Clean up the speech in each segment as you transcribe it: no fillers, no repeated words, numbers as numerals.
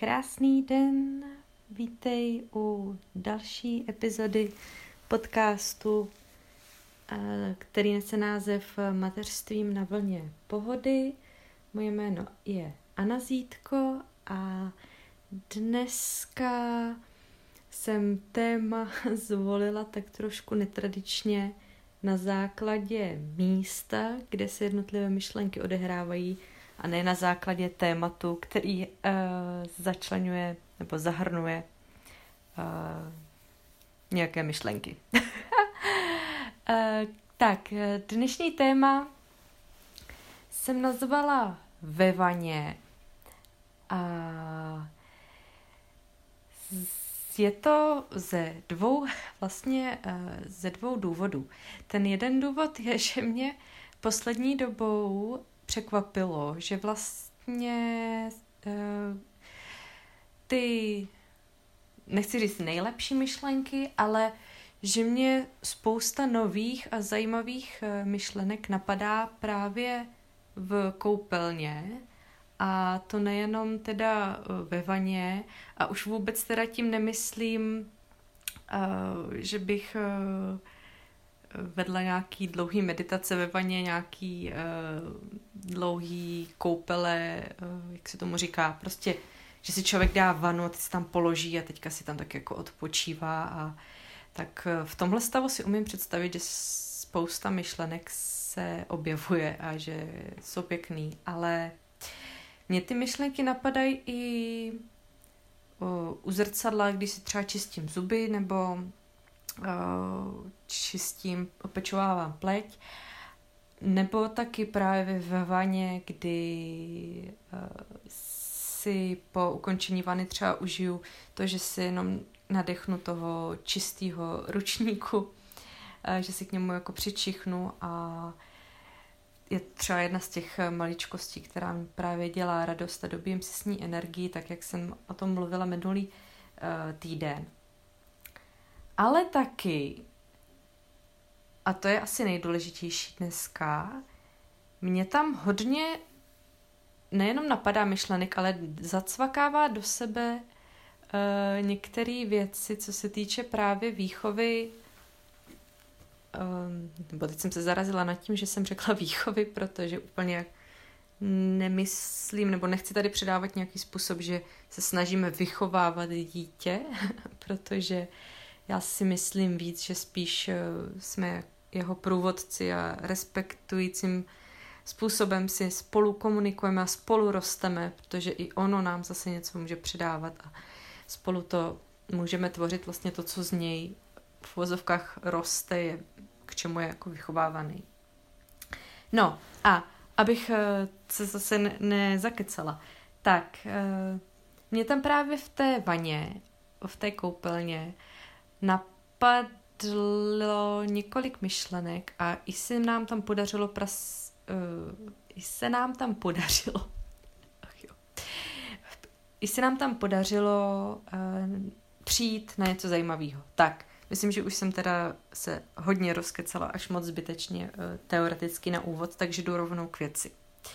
Krásný den, vítej u další epizody podcastu, který nese název Mateřstvím na vlně pohody. Moje jméno je Anna Zítko a dneska jsem téma zvolila tak trošku netradičně na základě místa, kde se jednotlivé myšlenky odehrávají, a ne na základě tématu, který začleňuje nebo zahrnuje nějaké myšlenky. Tak, dnešní téma jsem nazvala ve vaně. Je to ze dvou důvodů. Ten jeden důvod je, že mě poslední dobou překvapilo, že vlastně ty, nechci říct nejlepší myšlenky, ale že mě spousta nových a zajímavých myšlenek napadá právě v koupelně, a to nejenom teda ve vaně, a už vůbec teda tím nemyslím, že bych vedla nějaký dlouhý meditace ve vaně, nějaký dlouhý koupele, jak se tomu říká, prostě, že si člověk dá vanu a teď se tam položí a teďka si tam tak jako odpočívá, a tak v tomhle stavu si umím představit, že spousta myšlenek se objevuje a že jsou pěkný, ale mě ty myšlenky napadají i u zrcadla, když si třeba čistím zuby nebo opečovávám pleť, nebo taky právě ve vaně, kdy si po ukončení vany třeba užiju to, že si jenom nadechnu toho čistého ručníku, že si k němu jako přičichnu, a je třeba jedna z těch maličkostí, která mi právě dělá radost a dobijím si s ní energii, tak jak jsem o tom mluvila minulý týden. Ale taky, a to je asi nejdůležitější dneska, mě tam hodně nejenom napadá myšlenek, ale zacvakává do sebe některé věci, co se týče právě výchovy, nebo teď jsem se zarazila nad tím, že jsem řekla výchovy, protože úplně nemyslím, nebo nechci tady předávat nějaký způsob, že se snažíme vychovávat dítě, protože já si myslím víc, že spíš jsme jeho průvodci a respektujícím způsobem si spolu komunikujeme a spolu rosteme, protože i ono nám zase něco může předávat a spolu to můžeme tvořit vlastně to, co z něj v uvozovkách roste, je, k čemu je jako vychovávaný. No a abych se zase nezakecala, tak mě tam právě v té vaně, v té koupelně napadlo několik myšlenek a i se nám tam podařilo přijít na něco zajímavého. Tak, myslím, že už jsem teda se hodně rozkecala, až moc zbytečně teoreticky na úvod, takže jdu rovnou k věci.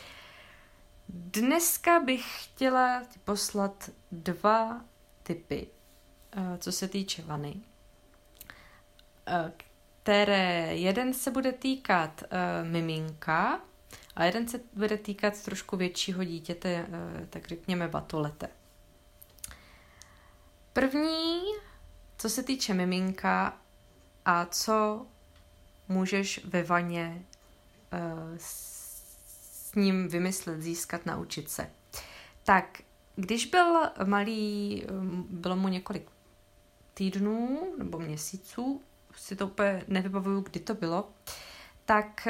Dneska bych chtěla poslat 2 tipy, co se týče vany, které jeden se bude týkat miminka a jeden se bude týkat trošku většího dítěte, tak řekněme batolete. První, co se týče miminka a co můžeš ve vaně s ním vymyslet, získat, naučit se. Tak, když byl malý, bylo mu několik týdnů nebo měsíců, si to úplně nevybavuju, kdy to bylo, tak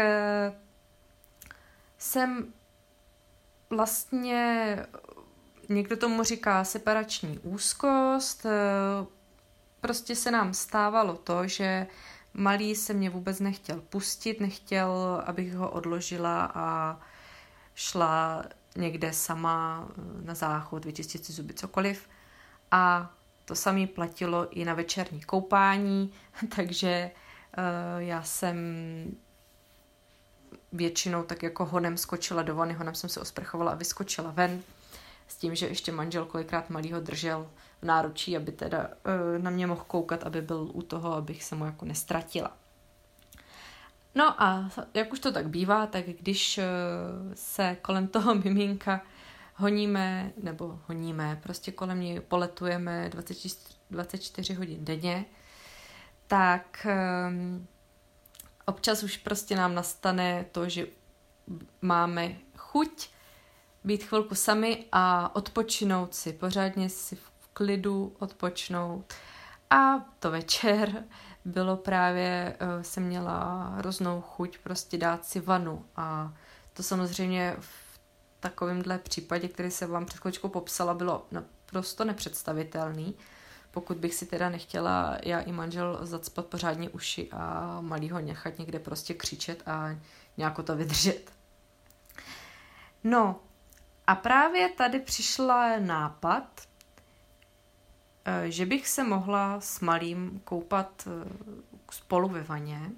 jsem vlastně, někdo tomu říká separační úzkost, prostě se nám stávalo to, že malý se mě vůbec nechtěl pustit, nechtěl, abych ho odložila a šla někde sama na záchod, vyčistit si zuby, cokoliv. A to samé platilo i na večerní koupání, takže já jsem většinou tak jako honem skočila do vany, honem jsem se osprchovala a vyskočila ven. s tím, že ještě manžel kolikrát malýho držel v náručí, aby teda na mě mohl koukat, aby byl u toho, abych se mu jako nestratila. No a jak už to tak bývá, tak když se kolem toho miminka honíme, prostě kolem něj poletujeme 24 hodin denně, tak občas už prostě nám nastane to, že máme chuť být chvilku sami a odpočinout si, pořádně si v klidu odpočnout. A to večer bylo právě, jsem měla hroznou chuť prostě dát si vanu a to samozřejmě v takovémhle případě, který jsem vám před chvíličkou popsala, bylo naprosto nepředstavitelný, pokud bych si teda nechtěla já i manžel zacpat pořádně uši a malýho nechat někde prostě křičet a nějak to vydržet. No a právě tady přišla nápad, že bych se mohla s malým koupat spolu ve vaně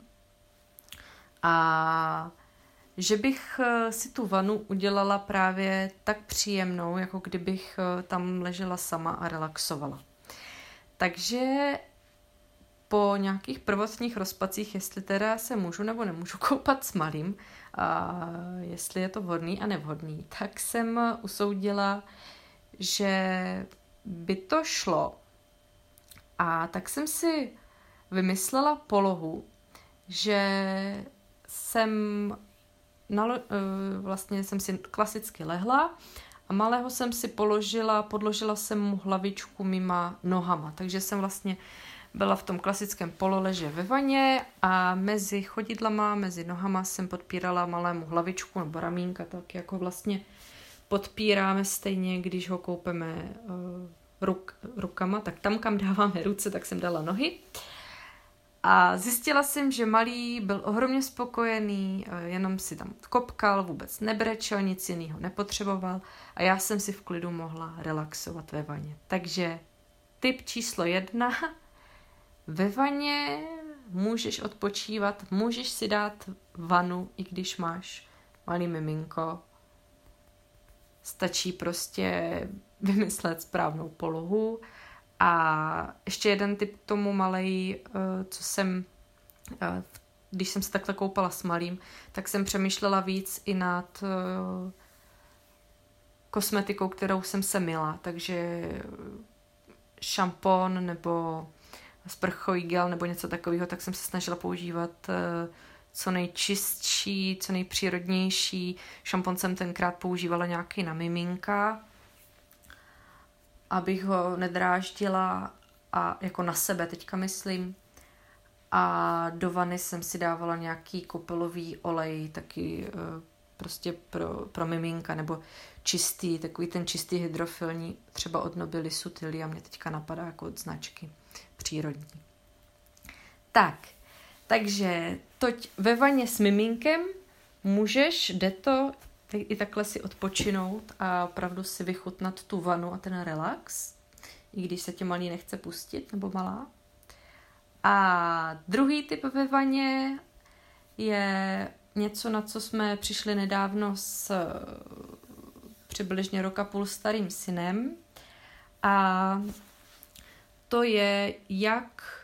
a že bych si tu vanu udělala právě tak příjemnou, jako kdybych tam ležela sama a relaxovala. Takže po nějakých prvotních rozpacích, jestli teda se můžu nebo nemůžu koupat s malým, a jestli je to vhodný a nevhodný, tak jsem usoudila, že by to šlo. A tak jsem si vymyslela polohu, že vlastně jsem si klasicky lehla a malého jsem si podložila jsem mu hlavičku mýma nohama, takže jsem vlastně byla v tom klasickém pololeže ve vaně a mezi chodidlama, mezi nohama jsem podpírala malému hlavičku nebo ramínka, tak jako vlastně podpíráme stejně, když ho koupeme rukama, tak tam, kam dáváme ruce, tak jsem dala nohy. A zjistila jsem, že malý byl ohromně spokojený, jenom si tam kopkal, vůbec nebrečel, nic jiného nepotřeboval a já jsem si v klidu mohla relaxovat ve vaně. Takže tip číslo 1, ve vaně můžeš odpočívat, můžeš si dát vanu, i když máš malý miminko. Stačí prostě vymyslet správnou polohu. A ještě jeden tip k tomu malej, co jsem, když jsem se takhle koupala s malým, tak jsem přemýšlela víc i nad kosmetikou, kterou jsem se myla. Takže šampon nebo sprchový gel nebo něco takového, tak jsem se snažila používat co nejčistší, co nejpřírodnější. Šampon jsem tenkrát používala nějaký na miminka, abych ho nedráždila a jako na sebe teďka myslím. A do vany jsem si dávala nějaký kopelový olej, taky prostě pro miminka, nebo čistý, takový ten čistý hydrofilní, třeba od Nobilisu Tilia, mě teďka napadá jako od značky přírodní. Takže toť ve vaně s miminkem jde to i takhle si odpočinout a opravdu si vychutnat tu vanu a ten relax, i když se tě malý nechce pustit, nebo malá. A druhý typ ve vaně je něco, na co jsme přišli nedávno s přibližně 1,5 roku starým synem. A to je, jak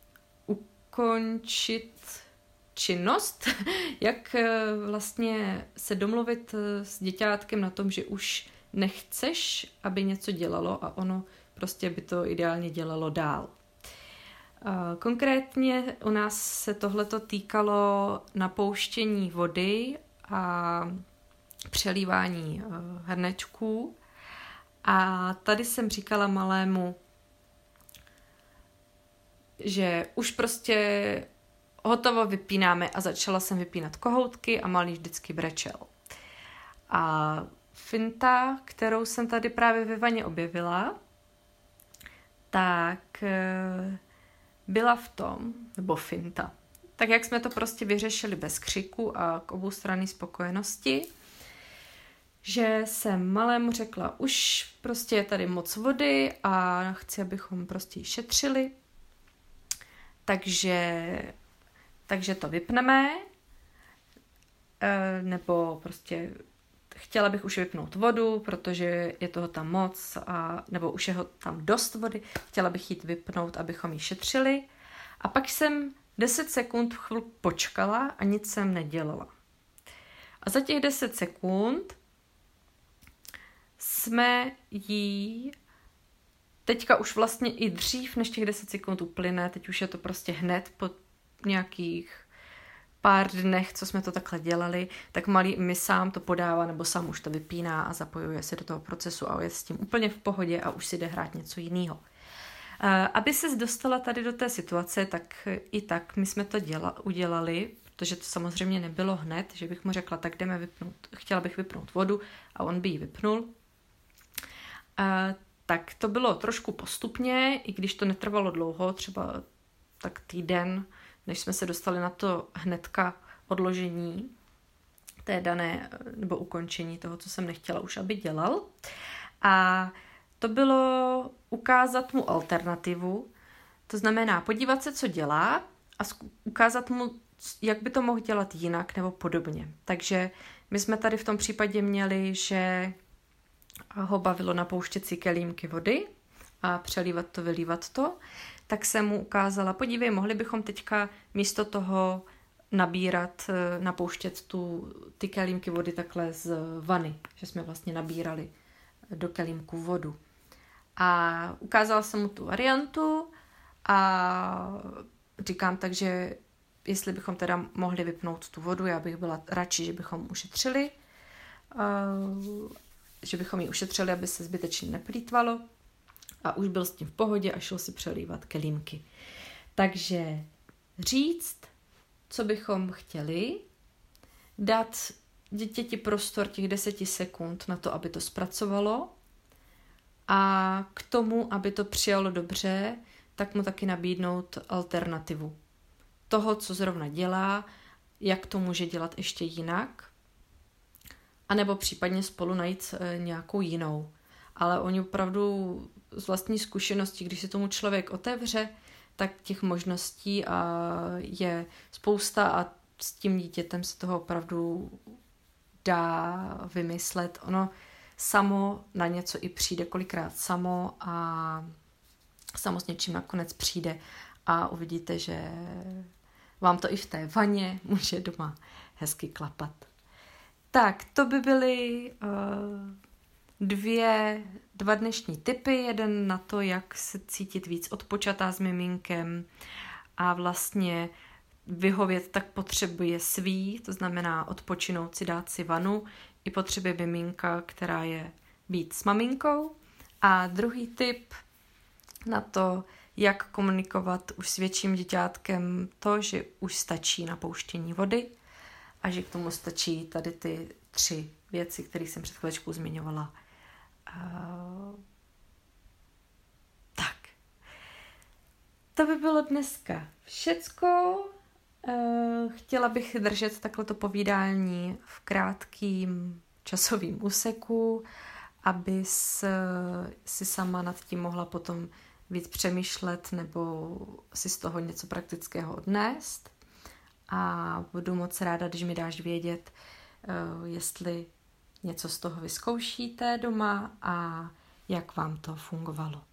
ukončit činnost, jak vlastně se domluvit s děťátkem na tom, že už nechceš, aby něco dělalo a ono prostě by to ideálně dělalo dál. Konkrétně u nás se tohleto týkalo napouštění vody a přelívání hrnečků. A tady jsem říkala malému, že už prostě hotovo, vypínáme a začala jsem vypínat kohoutky a malý vždycky brečel. A finta, kterou jsem tady právě ve vaně objevila, tak byla v tom, nebo finta, tak jak jsme to prostě vyřešili bez křiku a k oboustranné spokojenosti, že jsem malému řekla, už prostě je tady moc vody a chci, abychom prostě ji šetřili, takže to vypneme, nebo prostě chtěla bych už vypnout vodu, protože je toho tam moc, nebo už je ho tam dost vody. Chtěla bych jít vypnout, abychom ji šetřili. A pak jsem 10 sekund chvilku počkala a nic jsem nedělala. A za těch 10 sekund jsme jí teďka už vlastně i dřív, než těch 10 sekund uplyne, teď už je to prostě hned po nějakých pár dnech, co jsme to takhle dělali, tak malý mi sám to podává, nebo sám už to vypíná a zapojuje se do toho procesu a je s tím úplně v pohodě a už si jde hrát něco jiného. Aby ses dostala tady do té situace, tak i tak my jsme to udělali, protože to samozřejmě nebylo hned, že bych mu řekla, tak jdeme vypnout. Chtěla bych vypnout vodu a on by ji vypnul. Tak to bylo trošku postupně, i když to netrvalo dlouho, třeba tak týden, než jsme se dostali na to hnedka odložení té dané, nebo ukončení toho, co jsem nechtěla už, aby dělal. A to bylo ukázat mu alternativu, to znamená podívat se, co dělá a ukázat mu, jak by to mohl dělat jinak nebo podobně. Takže my jsme tady v tom případě měli, že ho bavilo napouštět si kelímky vody a přelívat to, vylívat to, tak jsem mu ukázala, podívej, mohli bychom teďka místo toho napouštět ty kelímky vody takhle z vany, že jsme vlastně nabírali do kelímku vodu. A ukázala jsem mu tu variantu a říkám, takže jestli bychom teda mohli vypnout tu vodu, já bych byla radši, že bychom ji ušetřili, aby se zbytečně neplýtvalo. A už byl s tím v pohodě a šel si přelívat kelímky. Takže říct, co bychom chtěli, dát dítěti prostor těch 10 sekund na to, aby to zpracovalo a k tomu, aby to přijalo dobře, tak mu taky nabídnout alternativu toho, co zrovna dělá, jak to může dělat ještě jinak, anebo případně spolu najít nějakou jinou. Ale oni opravdu z vlastní zkušenosti, když se tomu člověk otevře, tak těch možností je spousta a s tím dítětem se toho opravdu dá vymyslet. Ono samo na něco i přijde kolikrát samo a samo s něčím nakonec přijde a uvidíte, že vám to i v té vaně může doma hezky klapat. Tak, to by byly dva dnešní tipy. Jeden na to, jak se cítit víc odpočatá s miminkem a vlastně vyhovět tak potřebuje svý, to znamená odpočinout si, dát si vanu, i potřebuje miminka, která je být s maminkou. A druhý tip na to, jak komunikovat už s větším děťátkem to, že už stačí napouštění vody a že k tomu stačí tady ty 3 věci, které jsem před chvíličkou zmiňovala. Tak. To by bylo dneska všecko. Chtěla bych držet takhleto povídání v krátkým časovým úseku, aby si sama nad tím mohla potom víc přemýšlet nebo si z toho něco praktického odnést. A budu moc ráda, když mi dáš vědět, jestli něco z toho vyzkoušíte doma a jak vám to fungovalo.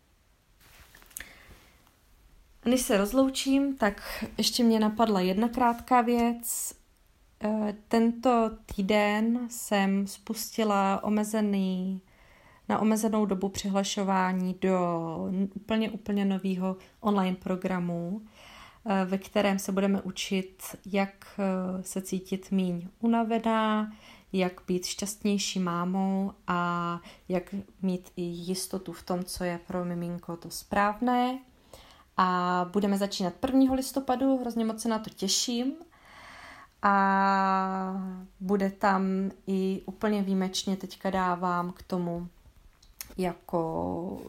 Než se rozloučím, tak ještě mě napadla jedna krátká věc. Tento týden jsem spustila na omezenou dobu přihlašování do úplně nového online programu, ve kterém se budeme učit, jak se cítit míň unavená, jak být šťastnější mámou a jak mít i jistotu v tom, co je pro miminko to správné. A budeme začínat 1. listopadu, hrozně moc se na to těším. A bude tam i úplně výjimečně, teďka dávám k tomu jako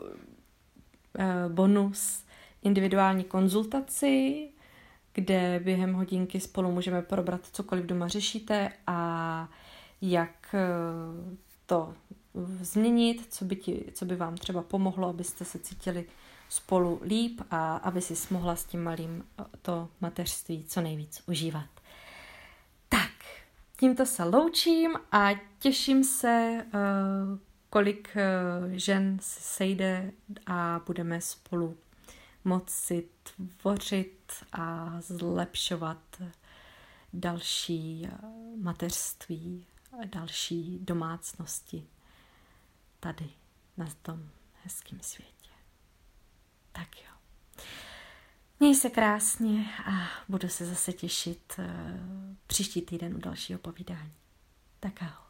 bonus individuální konzultaci, kde během hodinky spolu můžeme probrat cokoliv doma řešíte a jak to změnit, co by vám třeba pomohlo, abyste se cítili spolu líp a aby si mohla s tím malým to mateřství co nejvíc užívat. Tak, tímto se loučím a těším se, kolik žen se sejde a budeme spolu moci tvořit a zlepšovat další mateřství, další domácnosti tady na tom hezkém světě. Tak jo. Měj se krásně a budu se zase těšit příští týden u dalšího povídání. Tak ahoj.